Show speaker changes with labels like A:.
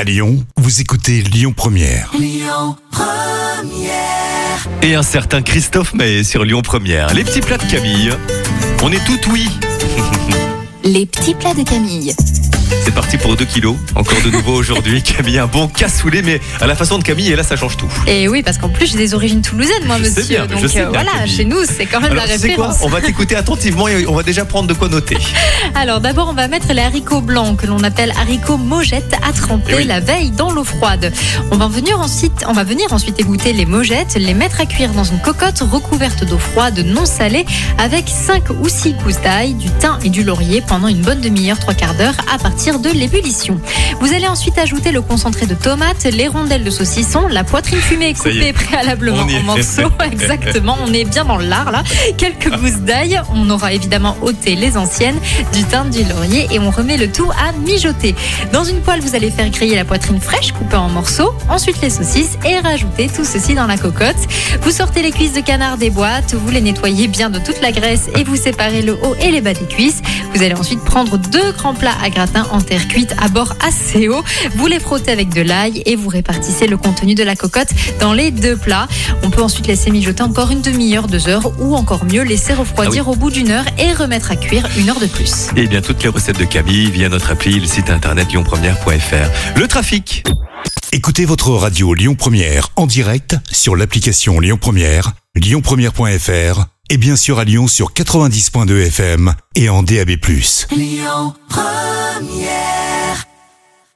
A: À Lyon, vous écoutez Lyon Première.
B: Lyon Première.
C: Et un certain Christophe Maé sur Lyon Première. Les petits plats de Camille. On est tout oui.
D: Les petits plats de Camille.
C: C'est parti pour 2 kilos. Encore de nouveau aujourd'hui. Camille, un bon cassoulet, mais à la façon de Camille, et là, ça change tout.
D: Et oui, parce qu'en plus, j'ai des origines toulousaines, moi,
C: Je sais
D: monsieur.
C: bien,
D: Donc
C: je sais bien,
D: voilà,
C: Camille.
D: chez nous, c'est quand même
C: Alors,
D: la
C: tu sais quoi ?
D: référence.
C: On va t'écouter attentivement et on va déjà prendre de quoi noter.
D: Alors d'abord, on va mettre les haricots blancs, que l'on appelle haricots mogettes, à tremper
C: Eh oui.
D: la veille dans l'eau froide. On va venir ensuite égoutter les mogettes, les mettre à cuire dans une cocotte recouverte d'eau froide non salée, avec 5 ou 6 gousses d'ail, du thym et du laurier pendant une bonne demi-heure, 3/4 d'heure à partir de l'ébullition. Vous allez ensuite ajouter le concentré de tomates, les rondelles de saucisson, la poitrine fumée
C: Ça y
D: coupée
C: est.
D: préalablement
C: On y est.
D: en morceaux. Exactement, on est bien dans l'art là. Quelques gousses d'ail, on aura évidemment ôté les anciennes, du thym, du laurier et on remet le tout à mijoter. Dans une poêle, vous allez faire griller la poitrine fraîche coupée en morceaux, ensuite les saucisses et rajouter tout ceci dans la cocotte. Vous sortez les cuisses de canard des boîtes, vous les nettoyez bien de toute la graisse et vous séparez le haut et les bas des cuisses. Vous allez ensuite prendre 2 grands plats à gratin en terre cuite à bord assez haut. Vous les frottez avec de l'ail et vous répartissez le contenu de la cocotte dans les 2 plats. On peut ensuite laisser mijoter encore une demi-heure, 2 heures ou encore mieux laisser refroidir au bout d'1 heure et remettre à cuire 1 heure de plus.
C: Et bien, toutes les recettes de Camille via notre appli, le site internet lyonpremière.fr. Le trafic.
A: Écoutez votre radio Lyon Première en direct sur l'application Lyon Première, lyonpremière.fr et bien sûr à Lyon sur 90.2 FM et en DAB+.
B: Lyon Première.